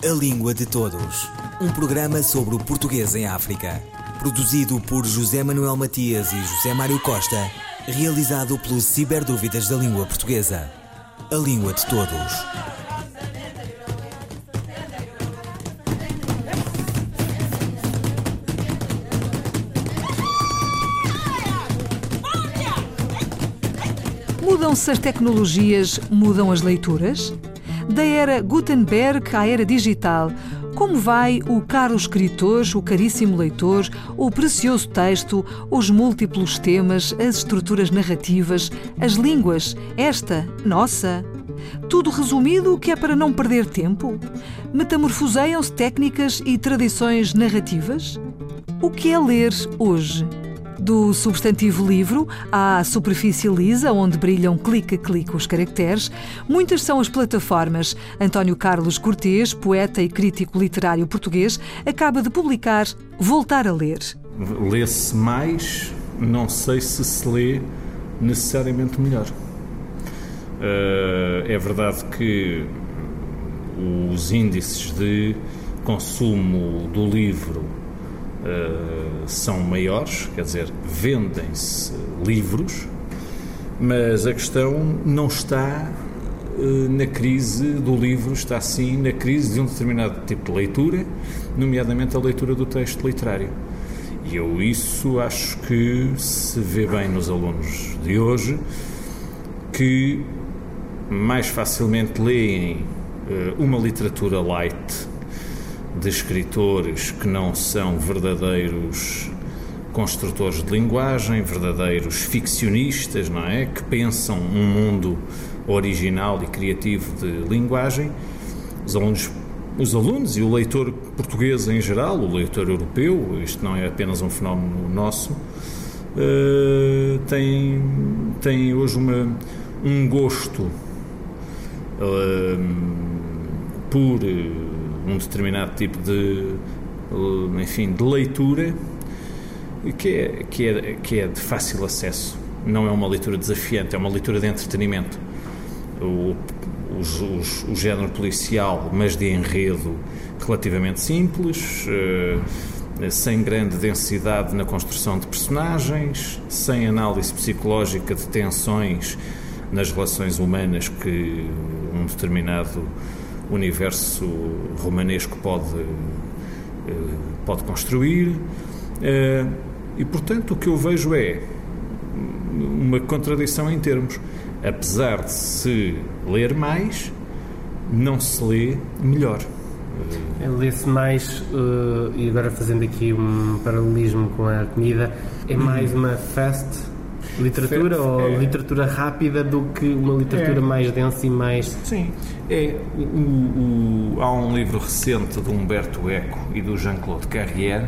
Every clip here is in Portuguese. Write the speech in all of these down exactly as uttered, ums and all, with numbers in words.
A Língua de Todos, um programa sobre o português em África, produzido por José Manuel Matias e José Mário Costa, realizado pelos Ciberdúvidas da Língua Portuguesa. A Língua de Todos. Mudam-se as tecnologias, mudam as leituras? Da era Gutenberg à era digital, como vai o caro escritor, o caríssimo leitor, o precioso texto, os múltiplos temas, as estruturas narrativas, as línguas, esta, nossa? Tudo resumido que é para não perder tempo? Metamorfoseiam-se técnicas e tradições narrativas? O que é ler hoje? Do substantivo livro à superfície lisa, onde brilham clique a clique os caracteres, muitas são as plataformas. António Carlos Cortês, poeta e crítico literário português, acaba de publicar Voltar a Ler. Lê-se mais, não sei se se lê necessariamente melhor. Uh, é verdade que os índices de consumo do livro Uh, são maiores, quer dizer, vendem-se livros, mas a questão não está uh, na crise do livro, está sim na crise de um determinado tipo de leitura, nomeadamente a leitura do texto literário. E eu isso acho que se vê bem nos alunos de hoje, que mais facilmente leem uh, uma literatura light, de escritores que não são verdadeiros construtores de linguagem, verdadeiros ficcionistas, não é? Que pensam um mundo original e criativo de linguagem. Os alunos, os alunos e o leitor português em geral, o leitor europeu, isto não é apenas um fenómeno nosso, uh, tem, tem hoje uma, um gosto uh, por um determinado tipo de, enfim, de leitura que é, que, é, que é de fácil acesso. Não é uma leitura desafiante, é uma leitura de entretenimento. O, os, os, o género policial, mas de enredo relativamente simples, eh, sem grande densidade na construção de personagens, sem análise psicológica de tensões nas relações humanas que um determinado universo romanesco pode, pode construir, e portanto o que eu vejo é uma contradição em termos. Apesar de se ler mais, não se lê melhor. Lê-se mais, e agora fazendo aqui um paralelismo com a comida, é mais uma fast literatura ou é. literatura rápida do que uma literatura é. mais densa e mais... Sim, é. O, o, há um livro recente de Humberto Eco e do Jean-Claude Carrière,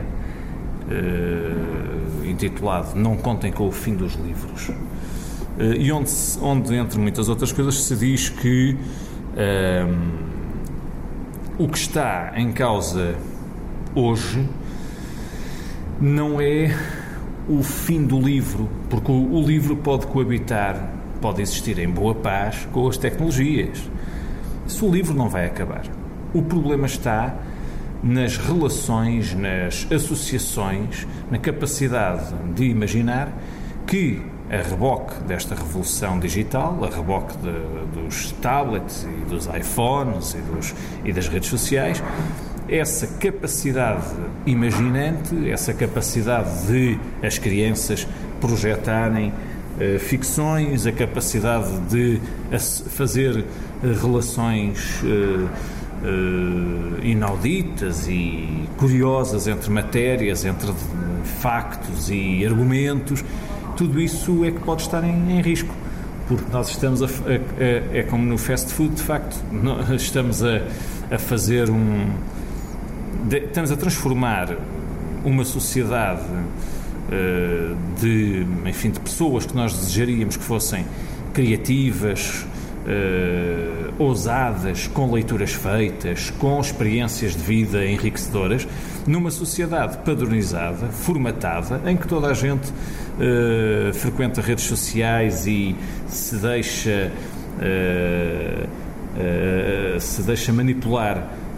uh, intitulado Não Contem com o Fim dos Livros, uh, e onde, onde, entre muitas outras coisas, se diz que uh, o que está em causa hoje não é o fim do livro, porque o, o livro pode coabitar, pode existir em boa paz com as tecnologias. Isso o livro não vai acabar. O problema está nas relações, nas associações, na capacidade de imaginar que, a reboque desta revolução digital, a reboque de, dos tablets e dos iPhones e, dos, e das redes sociais, essa capacidade imaginante, essa capacidade de as crianças projetarem uh, ficções, a capacidade de fazer uh, relações uh, uh, inauditas e curiosas entre matérias, entre factos e argumentos, tudo isso é que pode estar em, em risco, porque nós estamos a, a, a, é como no fast food, de facto, nós estamos a, a fazer um De, estamos a transformar uma sociedade uh, de, enfim, de pessoas que nós desejaríamos que fossem criativas, uh, ousadas, com leituras feitas, com experiências de vida enriquecedoras, numa sociedade padronizada, formatada, em que toda a gente uh, frequenta redes sociais e se deixa, uh, uh, se deixa manipular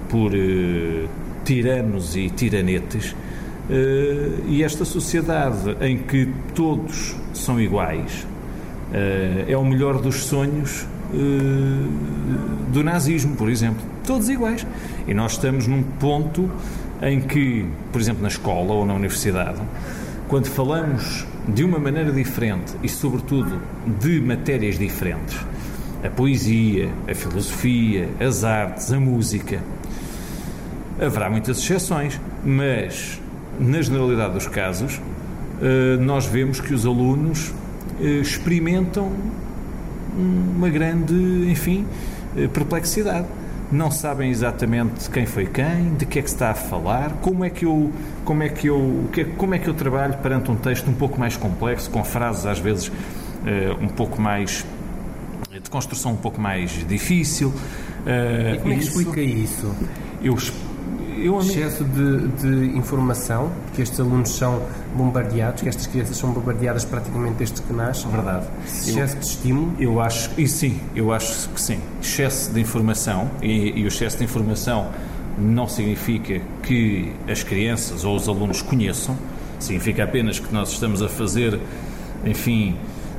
por uh, tiranos e tiranetes, uh, e esta sociedade em que todos são iguais uh, é o melhor dos sonhos uh, do nazismo, por exemplo. Todos iguais. E nós estamos num ponto em que, por exemplo, na escola ou na universidade, quando falamos de uma maneira diferente e, sobretudo, de matérias diferentes, a poesia, a filosofia, as artes, a música, haverá muitas exceções, mas, na generalidade dos casos, nós vemos que os alunos experimentam uma grande, enfim, perplexidade. Não sabem exatamente quem foi quem, de que é que se está a falar, como é que eu, como é que eu, como é que eu trabalho perante um texto um pouco mais complexo, com frases às vezes um pouco mais, de construção um pouco mais difícil. E como é que isso, explica isso? Eu, eu excesso de, de informação, que estes alunos são bombardeados, que estas crianças são bombardeadas praticamente desde que nascem. Verdade. Excesso eu, de estímulo. Eu acho, e sim, eu acho que sim. Excesso de informação, e, e o excesso de informação não significa que as crianças ou os alunos conheçam, significa apenas que nós estamos a fazer, enfim,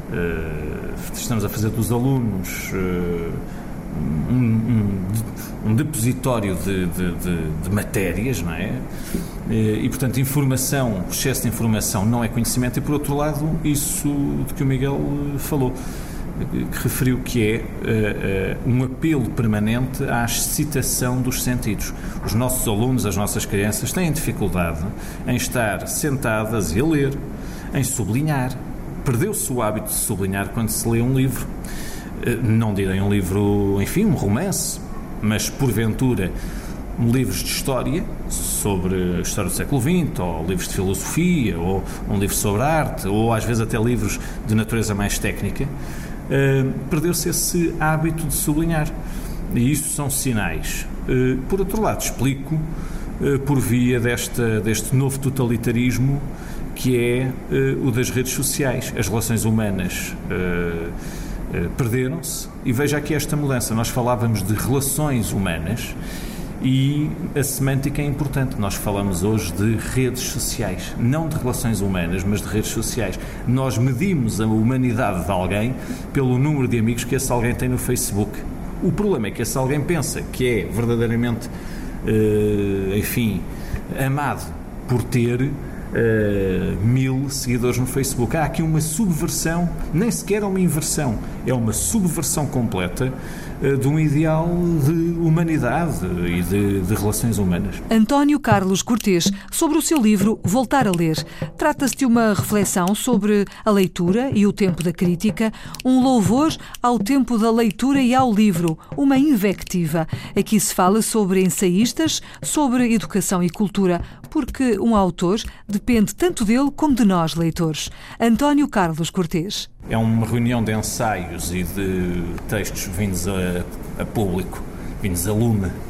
uh, estamos a fazer dos alunos uh, um, um, um depositório de, de, de, de matérias, não é? E, portanto, informação, excesso de informação não é conhecimento, e, por outro lado, isso de que o Miguel falou, que referiu que é uh, uh, um apelo permanente à excitação dos sentidos. Os nossos alunos, as nossas crianças, têm dificuldade em estar sentadas e a ler, em sublinhar. Perdeu-se o hábito de sublinhar quando se lê um livro. Uh, não direi um livro, enfim, um romance, mas, porventura, livros de história, sobre a história do século vinte, ou livros de filosofia, ou um livro sobre arte, ou às vezes até livros de natureza mais técnica, uh, perdeu-se esse hábito de sublinhar. E isso são sinais. Uh, por outro lado, explico, uh, por via desta, deste novo totalitarismo, que é uh, o das redes sociais. As relações humanas uh, uh, perderam-se, e veja aqui esta mudança. Nós falávamos de relações humanas, e a semântica é importante. Nós falamos hoje de redes sociais, não de relações humanas, mas de redes sociais. Nós medimos a humanidade de alguém pelo número de amigos que esse alguém tem no Facebook. O problema é que esse alguém pensa que é verdadeiramente, uh, enfim, amado por ter uh, mil seguidores no Facebook. Há aqui uma subversão, nem sequer é uma inversão, é uma subversão completa de um ideal de humanidade e de, de relações humanas. António Carlos Cortês, sobre o seu livro Voltar a Ler. Trata-se de uma reflexão sobre a leitura e o tempo da crítica, um louvor ao tempo da leitura e ao livro, uma invectiva. Aqui se fala sobre ensaístas, sobre educação e cultura, porque um autor depende tanto dele como de nós, leitores. António Carlos Cortês. É uma reunião de ensaios e de textos vindos a, a público, vindos a lume, uh,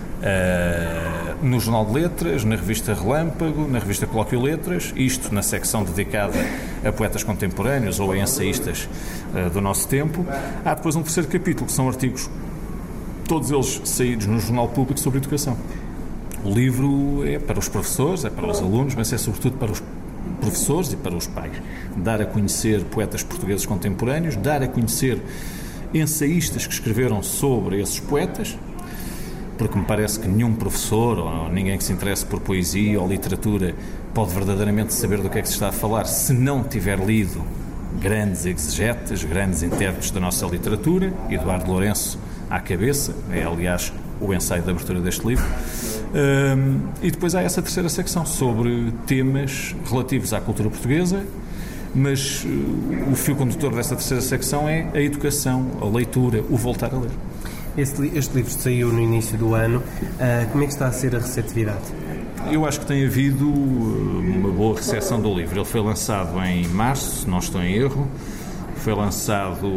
no Jornal de Letras, na revista Relâmpago, na revista Colóquio Letras, isto na secção dedicada a poetas contemporâneos ou a ensaístas uh, do nosso tempo. Há depois um terceiro capítulo, que são artigos, todos eles saídos no Jornal Público, sobre educação. O livro é para os professores, é para os alunos, mas é sobretudo para os professores e para os pais. Dar a conhecer poetas portugueses contemporâneos, dar a conhecer ensaístas que escreveram sobre esses poetas, porque me parece que nenhum professor ou ninguém que se interesse por poesia ou literatura pode verdadeiramente saber do que é que se está a falar se não tiver lido grandes exegetas, grandes intérpretes da nossa literatura. Eduardo Lourenço à cabeça, é aliás o ensaio de abertura deste livro. Um, e depois há essa terceira secção sobre temas relativos à cultura portuguesa, mas uh, o fio condutor desta terceira secção é a educação, a leitura, o voltar a ler. Este, este livro saiu no início do ano. Uh, como é que está a ser a receptividade? Eu acho que tem havido uma boa recepção do livro. Ele foi lançado em março, se não estou em erro. Foi lançado...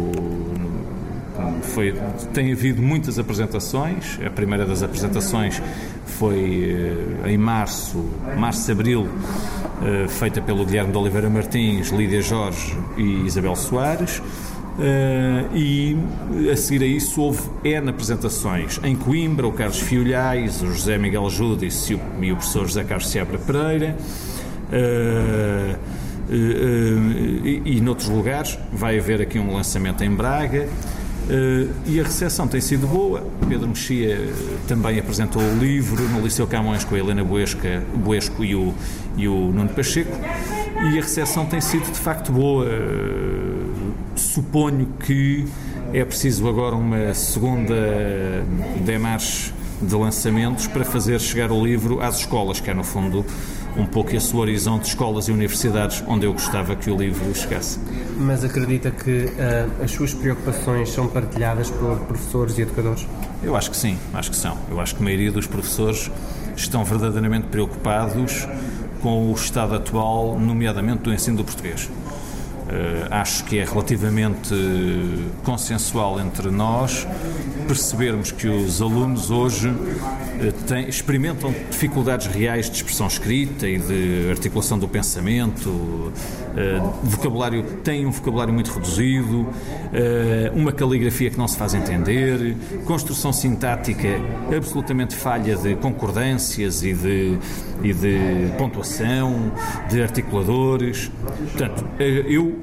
Foi, tem havido muitas apresentações. A primeira das apresentações foi uh, em março, março-abril, uh, feita pelo Guilherme de Oliveira Martins, Lídia Jorge e Isabel Soares. Uh, e a seguir a isso houve N apresentações em Coimbra, o Carlos Fiolhais, o José Miguel Júdice e o, e o professor José Carlos Seabra Pereira, uh, uh, uh, e, e noutros lugares. Vai haver aqui um lançamento em Braga, uh, e a recepção tem sido boa. Pedro Mexia também apresentou o livro no Liceu Camões com a Helena Buesca, Buesco e o, e o Nuno Pacheco, e a recepção tem sido de facto boa. Suponho que é preciso agora uma segunda démarche de lançamentos para fazer chegar o livro às escolas, que é no fundo um pouco esse o horizonte de escolas e universidades onde eu gostava que o livro chegasse. Mas acredita que uh, as suas preocupações são partilhadas por professores e educadores? Eu acho que sim, acho que são. Eu acho que a maioria dos professores estão verdadeiramente preocupados com o estado atual, nomeadamente do ensino do português. Uh, acho que é relativamente consensual entre nós percebermos que os alunos hoje uh, têm, experimentam dificuldades reais de expressão escrita e de articulação do pensamento, uh, vocabulário, têm um vocabulário muito reduzido, uh, uma caligrafia que não se faz entender, construção sintática absolutamente falha de concordâncias e de, e de pontuação, de articuladores. Portanto, uh, eu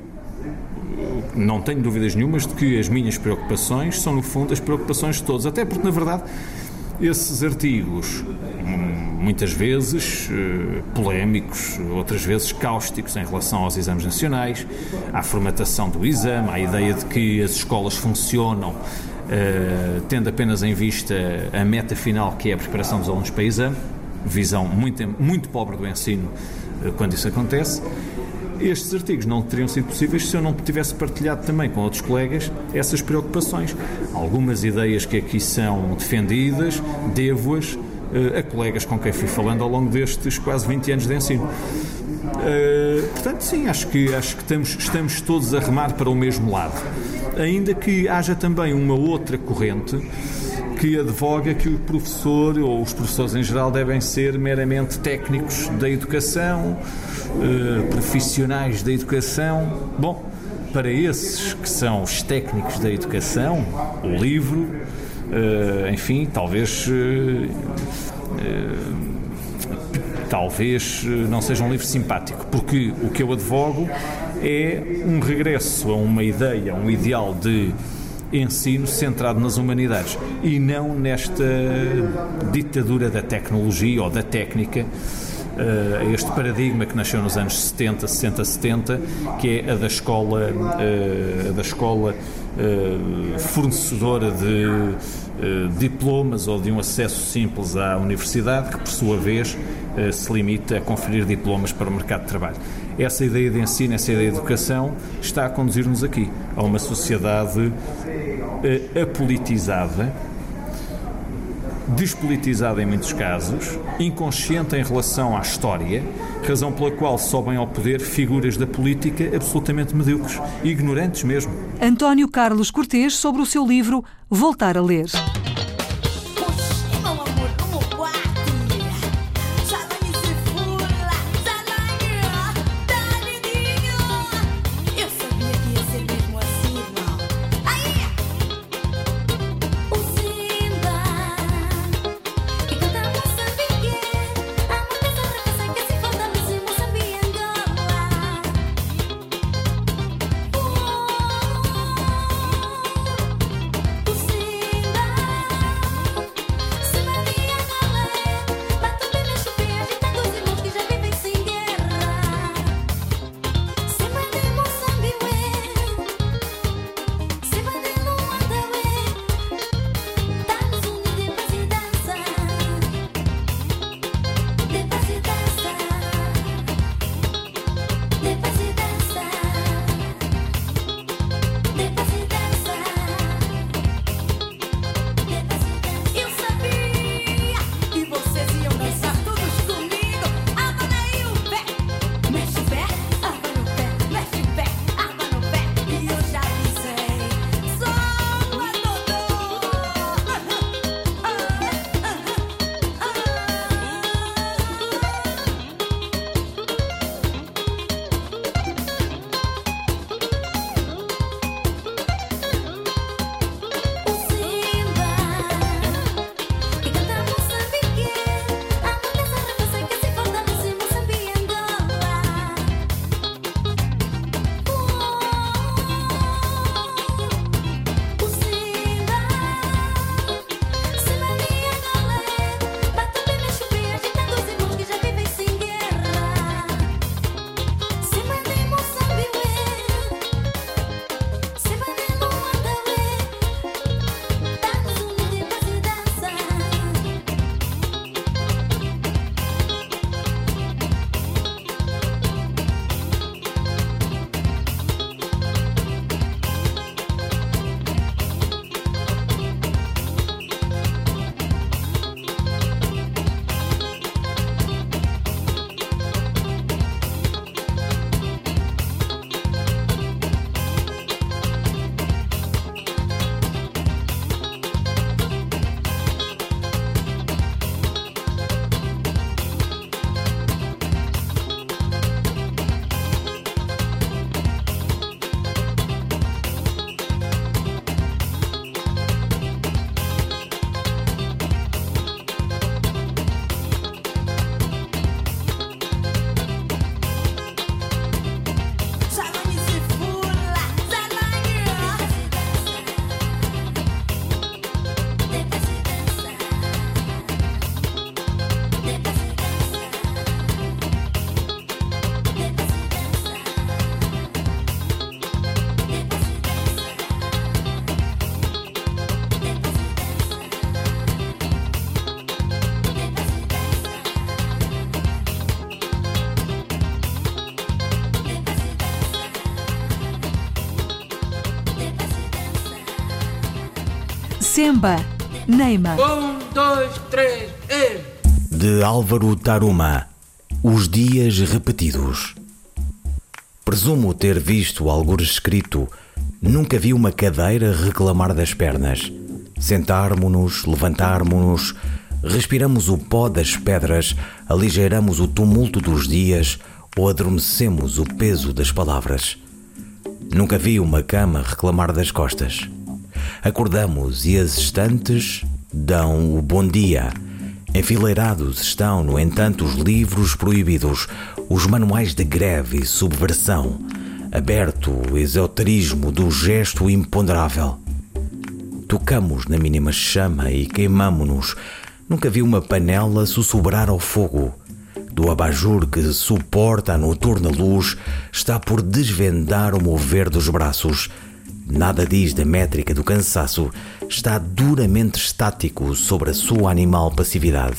não tenho dúvidas nenhumas de que as minhas preocupações são, no fundo, as preocupações de todos, até porque, na verdade, esses artigos, muitas vezes polémicos, outras vezes cáusticos em relação aos exames nacionais, à formatação do exame, à ideia de que as escolas funcionam uh, tendo apenas em vista a meta final, que é a preparação dos alunos para o exame, visão muito, muito pobre do ensino uh, quando isso acontece. Estes artigos não teriam sido possíveis se eu não tivesse partilhado também com outros colegas essas preocupações. Algumas ideias que aqui são defendidas, devo-as uh, a colegas com quem fui falando ao longo destes quase vinte anos de ensino. Uh, portanto, sim, acho que, acho que estamos, estamos todos a remar para o mesmo lado. Ainda que haja também uma outra corrente que advoga que o professor, ou os professores em geral, devem ser meramente técnicos da educação, uh, profissionais da educação. Bom, para esses que são os técnicos da educação, o livro, uh, enfim, talvez... Uh, uh, talvez não seja um livro simpático, porque o que eu advogo é um regresso a uma ideia, a um ideal de ensino centrado nas humanidades e não nesta ditadura da tecnologia ou da técnica, uh, este paradigma que nasceu nos anos setenta, sessenta, setenta, que é a da escola, uh, a da escola uh, fornecedora de uh, diplomas ou de um acesso simples à universidade, que por sua vez uh, se limita a conferir diplomas para o mercado de trabalho. Essa ideia de ensino, essa ideia de educação está a conduzir-nos aqui a uma sociedade uh, apolitizada, despolitizada em muitos casos, inconsciente em relação à história, razão pela qual sobem ao poder figuras da política absolutamente medíocres, ignorantes mesmo. António Carlos Cortês, sobre o seu livro Voltar a Ler. Temba, Neima. Um, dois, três, e... De Álvaro Taruma. Os dias repetidos. Presumo ter visto algures escrito: nunca vi uma cadeira reclamar das pernas. Sentarmo-nos, levantarmo-nos, respiramos o pó das pedras, aligeiramos o tumulto dos dias ou adormecemos o peso das palavras. Nunca vi uma cama reclamar das costas. Acordamos e as estantes dão o bom dia. Enfileirados estão, no entanto, os livros proibidos, os manuais de greve e subversão, aberto o esoterismo do gesto imponderável. Tocamos na mínima chama e queimamo-nos. Nunca vi uma panela sussurrar ao fogo. Do abajur que suporta a noturna luz está por desvendar o mover dos braços. Nada diz da métrica do cansaço, está duramente estático sobre a sua animal passividade.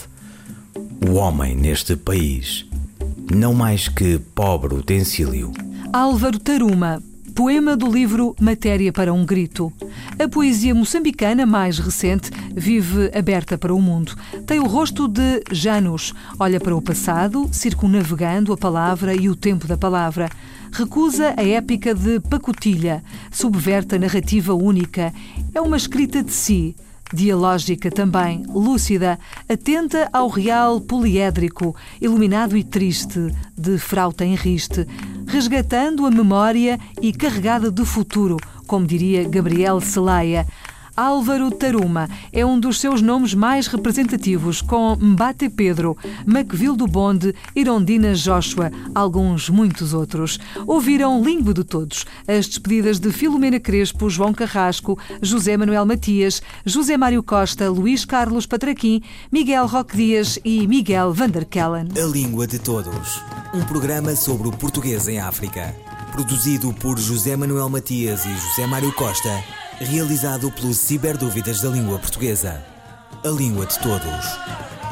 O homem neste país, não mais que pobre utensílio. Álvaro Taruma, poema do livro Matéria para um Grito. A poesia moçambicana mais recente vive aberta para o mundo. Tem o rosto de Janus, olha para o passado, circunnavegando a palavra e o tempo da palavra. Recusa a épica de pacotilha, subverte a narrativa única. É uma escrita de si, dialógica também, lúcida, atenta ao real poliédrico, iluminado e triste, de frauta em riste, resgatando a memória e carregada de futuro, como diria Gabriel Celaya. Álvaro Taruma é um dos seus nomes mais representativos, com Mbate Pedro, Macville do Bonde, Irondina Joshua, alguns muitos outros. Ouviram Língua de Todos, as despedidas de Filomena Crespo, João Carrasco, José Manuel Matias, José Mário Costa, Luís Carlos Patraquim, Miguel Roque Dias e Miguel Vanderkellen. A Língua de Todos, um programa sobre o português em África, produzido por José Manuel Matias e José Mário Costa, realizado pelo Ciberdúvidas da Língua Portuguesa. A Língua de Todos.